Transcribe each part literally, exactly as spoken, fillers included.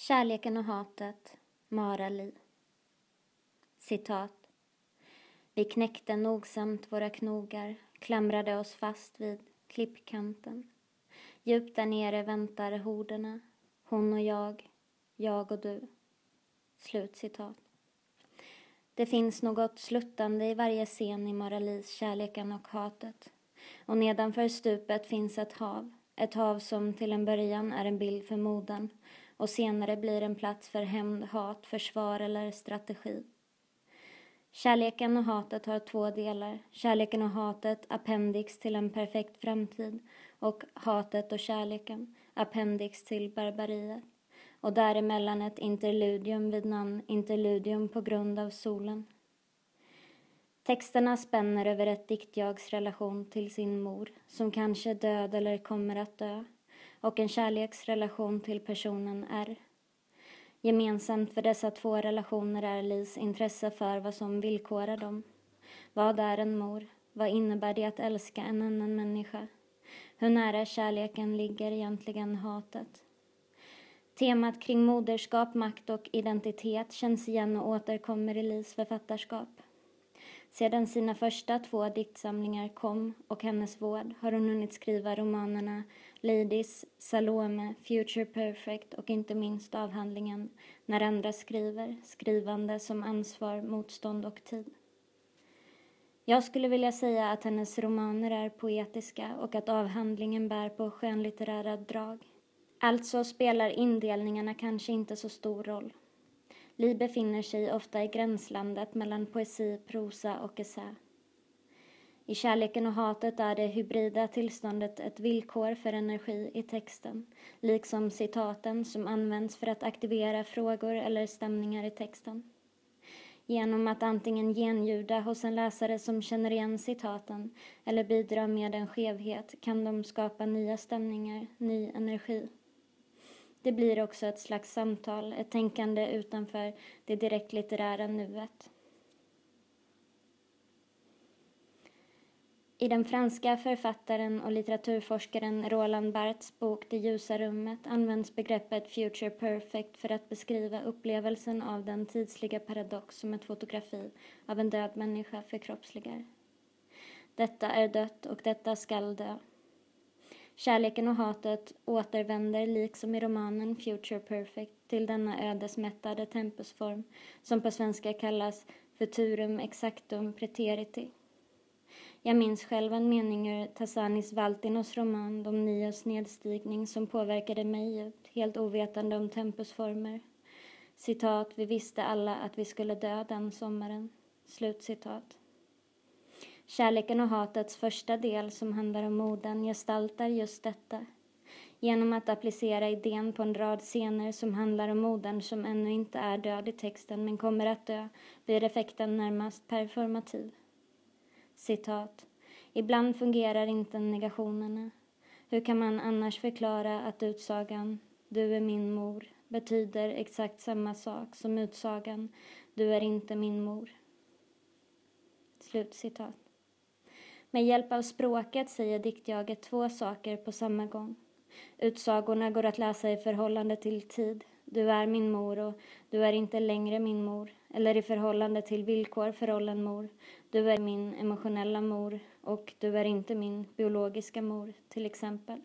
Kärleken och hatet, Mara Li. Citat. Vi knäckte nogsamt våra knogar, klamrade oss fast vid klippkanten. Djupt där nere väntar horderna, hon och jag, jag och du. Slutcitat. Det finns något sluttande i varje scen i Mara Lis Kärleken och hatet. Och nedanför stupet finns ett hav. Ett hav som till en början är en bild för moden och senare blir en plats för hämnd, hat, försvar eller strategi. Kärleken och hatet har två delar. Kärleken och hatet, appendix till en perfekt framtid, och hatet och kärleken, appendix till barbariet. Och däremellan ett interludium vid namn interludium på grund av solen. Texterna spänner över ett diktjags relation till sin mor, som kanske är död eller kommer att dö, och en kärleksrelation till personen R. Gemensamt för dessa två relationer är Lis intresse för vad som villkorar dem. Vad är en mor? Vad innebär det att älska en annan människa? Hur nära kärleken ligger egentligen hatet? Temat kring moderskap, makt och identitet känns igen och återkommer i Lis författarskap. Sedan sina första två diktsamlingar kom och hennes vård har hon hunnit skriva romanerna Ladies, Salome, Future Perfect och inte minst avhandlingen När andra skriver, skrivande som ansvar, motstånd och tid. Jag skulle vilja säga att hennes romaner är poetiska och att avhandlingen bär på skönlitterära drag. Alltså spelar indelningarna kanske inte så stor roll. Li befinner sig ofta i gränslandet mellan poesi, prosa och essä. I Kärleken och hatet är det hybrida tillståndet ett villkor för energi i texten, liksom citaten som används för att aktivera frågor eller stämningar i texten. Genom att antingen genljuda hos en läsare som känner igen citaten eller bidra med en skevhet kan de skapa nya stämningar, ny energi. Det blir också ett slags samtal, ett tänkande utanför det direkt litterära nuet. I den franska författaren och litteraturforskaren Roland Barthes bok Det ljusa rummet används begreppet future perfect för att beskriva upplevelsen av den tidsliga paradox som ett fotografi av en död människa förkroppsligar. Detta är dött och detta skall dö. Kärleken och hatet återvänder liksom i romanen Future Perfect till denna ödesmättade tempusform som på svenska kallas futurum exactum praeteriti. Jag minns själv en mening ur Tassanis Valtinos roman De nios nedstigning som påverkade mig djupt, helt ovetande om tempusformer. Citat, vi visste alla att vi skulle dö den sommaren. Slutcitat. Kärleken och hatets första del som handlar om moden gestaltar just detta. Genom att applicera idén på en rad scener som handlar om moden som ännu inte är död i texten men kommer att dö blir effekten närmast performativ. Citat. Ibland fungerar inte negationerna. Hur kan man annars förklara att utsagan du är min mor betyder exakt samma sak som utsagan du är inte min mor? Slutcitat. Med hjälp av språket säger diktjaget två saker på samma gång. Utsagorna går att läsa i förhållande till tid. Du är min mor och du är inte längre min mor. Eller i förhållande till villkor för rollen mor. Du är min emotionella mor och du är inte min biologiska mor, till exempel.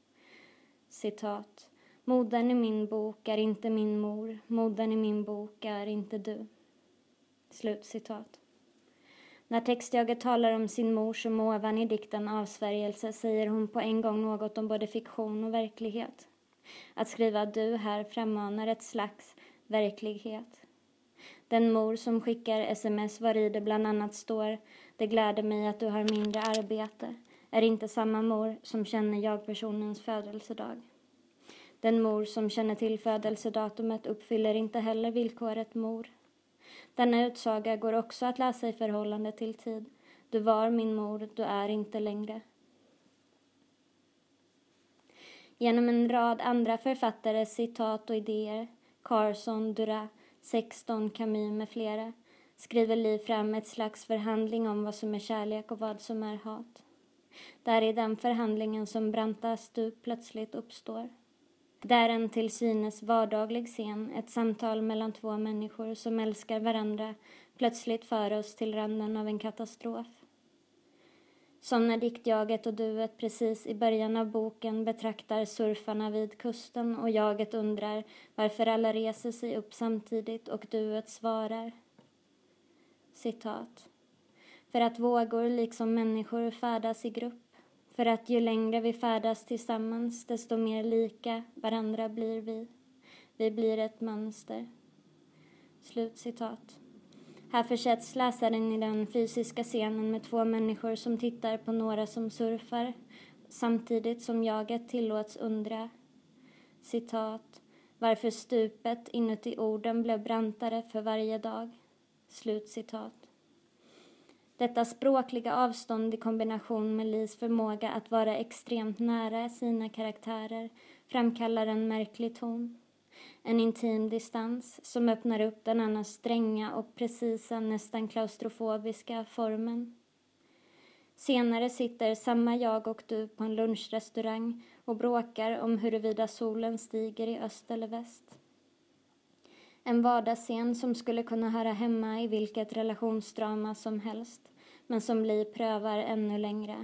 Citat. Modern i min bok är inte min mor. Modern i min bok är inte du. Slutcitat. När textjaget talar om sin mor som ovan i dikten Avsvärjelse säger hon på en gång något om både fiktion och verklighet. Att skriva du här frammanar ett slags verklighet. Den mor som skickar sms var i det bland annat står det gläder mig att du har mindre arbete är inte samma mor som känner jag-personens födelsedag. Den mor som känner till födelsedatumet uppfyller inte heller villkoret mor. Denna utsaga går också att läsa i förhållande till tid. Du var min mor, du är inte längre. Genom en rad andra författare, citat och idéer, Carson, Duras, Sexton, Camus med flera, skriver Li fram ett slags förhandling om vad som är kärlek och vad som är hat. Där är den förhandlingen som branta stup plötsligt uppstår. Det är en till synes vardaglig scen, ett samtal mellan två människor som älskar varandra plötsligt för oss till randen av en katastrof. Som när diktjaget och duet precis i början av boken betraktar surfarna vid kusten och jaget undrar varför alla reser sig upp samtidigt och duet svarar. Citat. För att vågor liksom människor färdas i grupp. För att ju längre vi färdas tillsammans desto mer lika varandra blir vi. Vi blir ett mönster. Slutcitat. Här försätts läsaren i den fysiska scenen med två människor som tittar på några som surfar, samtidigt som jaget tillåts undra. Citat. Varför stupet inuti orden blev brantare för varje dag. Slutcitat. Detta språkliga avstånd i kombination med Lis förmåga att vara extremt nära sina karaktärer framkallar en märklig ton. En intim distans som öppnar upp den annars stränga och precisa, nästan klaustrofobiska formen. Senare sitter samma jag och du på en lunchrestaurang och bråkar om huruvida solen stiger i öst eller väst. En vardagsscen som skulle kunna höra hemma i vilket relationsdrama som helst, men som Li prövar ännu längre.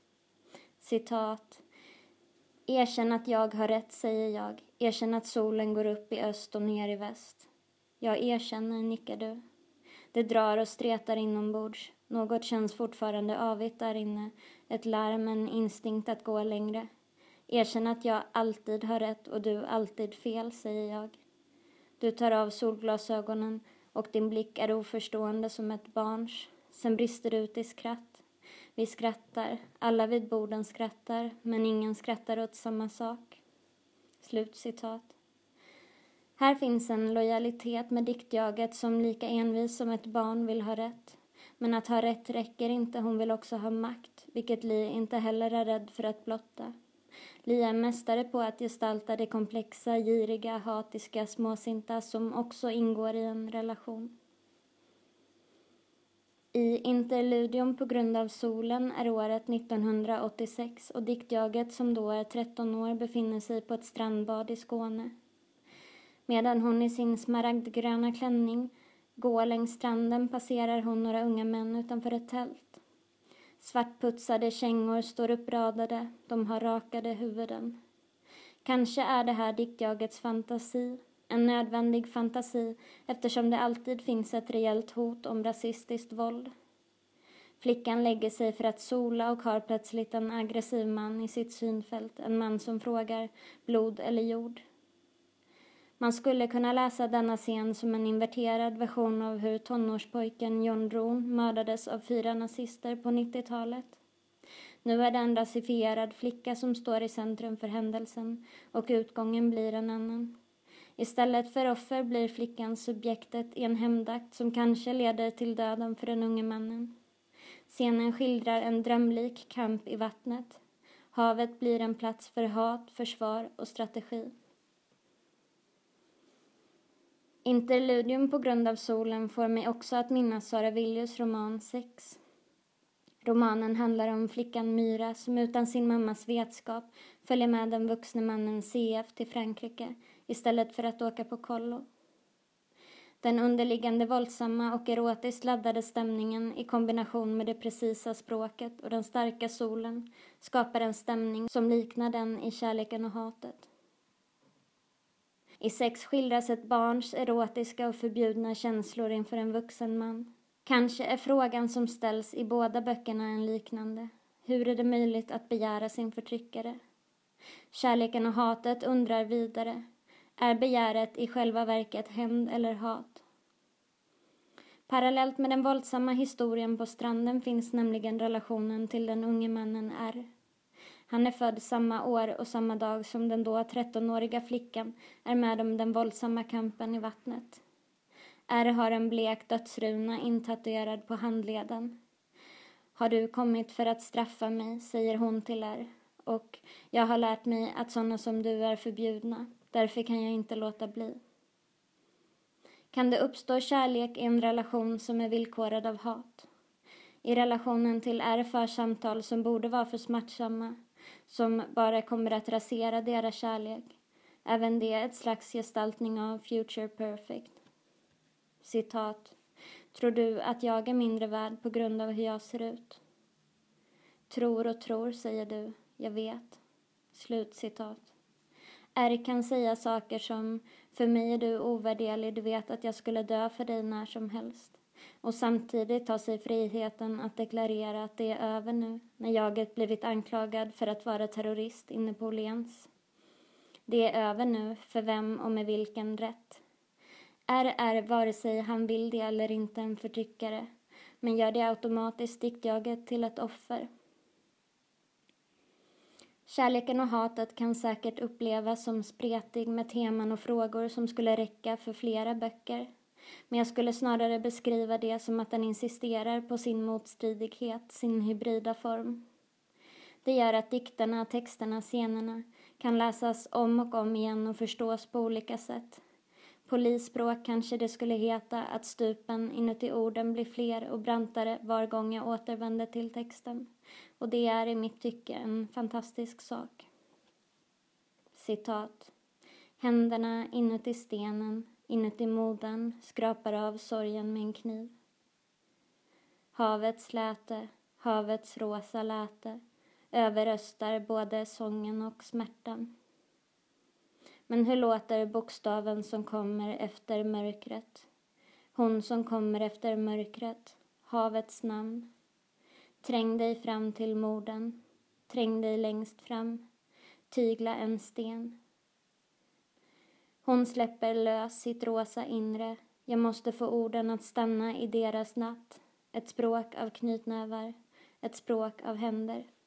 Citat. Erkänn att jag har rätt, säger jag. Erkänn att solen går upp i öst och ner i väst. Jag erkänner, nickar du. Det drar och stretar inombords. Något känns fortfarande avigt där inne. Ett larm, en instinkt att gå längre. Erkänn att jag alltid har rätt och du alltid fel, säger jag. Du tar av solglasögonen och din blick är oförstående som ett barns. Sen brister du ut i skratt. Vi skrattar, alla vid borden skrattar, men ingen skrattar åt samma sak. Slutcitat. Här finns en lojalitet med diktjaget som lika envis som ett barn vill ha rätt. Men att ha rätt räcker inte, hon vill också ha makt, vilket Li inte heller är rädd för att blotta. Li är mästare på att gestalta det komplexa, giriga, hatiska, småsinta som också ingår i en relation. I Interludium på grund av solen är året nittonhundraåttiosex och diktjaget som då är tretton år befinner sig på ett strandbad i Skåne. Medan hon i sin smaragdgröna klänning går längs stranden passerar hon några unga män utanför ett tält. Svartputsade kängor står uppradade, de har rakade huvuden. Kanske är det här diktjagets fantasi, en nödvändig fantasi eftersom det alltid finns ett reellt hot om rasistiskt våld. Flickan lägger sig för att sola och har plötsligt en aggressiv man i sitt synfält, en man som frågar blod eller jord. Man skulle kunna läsa denna scen som en inverterad version av hur tonårspojken John Rohn mördades av fyra nazister på nittiotalet. Nu är det en rasifierad flicka som står i centrum för händelsen och utgången blir en annan. Istället för offer blir flickan subjektet i en hämndakt som kanske leder till döden för den unge mannen. Scenen skildrar en drömlik kamp i vattnet. Havet blir en plats för hat, försvar och strategi. Interludium på grund av solen får mig också att minnas Sara Villius roman sex. Romanen handlar om flickan Myra som utan sin mammas vetskap följer med den vuxne mannen C F till Frankrike istället för att åka på kollo. Den underliggande våldsamma och erotiskt laddade stämningen i kombination med det precisa språket och den starka solen skapar en stämning som liknar den i Kärleken och hatet. I sex skildras ett barns erotiska och förbjudna känslor inför en vuxen man. Kanske är frågan som ställs i båda böckerna en liknande. Hur är det möjligt att begära sin förtryckare? Kärleken och hatet undrar vidare. Är begäret i själva verket hämnd eller hat? Parallellt med den våldsamma historien på stranden finns nämligen relationen till den unge mannen R. Han är född samma år och samma dag som den då trettonåriga flickan är med om den våldsamma kampen i vattnet. R har en blek dödsruna intatuerad på handleden. Har du kommit för att straffa mig, säger hon till R. Och jag har lärt mig att sådana som du är förbjudna. Därför kan jag inte låta bli. Kan det uppstå kärlek i en relation som är villkorad av hat? I relationen till R för samtal som borde vara för smärtsamma, som bara kommer att rasera deras kärlek. Även det är ett slags gestaltning av Future Perfect. Citat. Tror du att jag är mindre värd på grund av hur jag ser ut? Tror och tror, säger du. Jag vet. Slutcitat. R kan säga saker som, för mig är du ovärderlig, du vet att jag skulle dö för dig när som helst. Och samtidigt ta sig friheten att deklarera att det är över nu, när jaget blivit anklagad för att vara terrorist inne på Åhléns. Det är över nu, för vem och med vilken rätt. R är vare sig han vill det eller inte en förtryckare, men gör det automatiskt diktjaget till ett offer. Kärleken och hatet kan säkert upplevas som spretig med teman och frågor som skulle räcka för flera böcker. Men jag skulle snarare beskriva det som att den insisterar på sin motstridighet, sin hybrida form. Det gör att dikterna, texterna, scenerna kan läsas om och om igen och förstås på olika sätt. På Lis-språk kanske det skulle heta att stupen inuti orden blir fler och brantare var gång jag återvänder till texten. Och det är i mitt tycke en fantastisk sak. Citat. Händerna inuti stenen, inuti moden, skrapar av sorgen med en kniv. Havets läte, havets rosa läte, överröstar både sången och smärtan. Men hur låter bokstaven som kommer efter mörkret? Hon som kommer efter mörkret, havets namn. Träng dig fram till morden, träng dig längst fram, tygla en sten. Hon släpper lös sitt rosa inre, jag måste få orden att stanna i deras natt. Ett språk av knytnävar, ett språk av händer.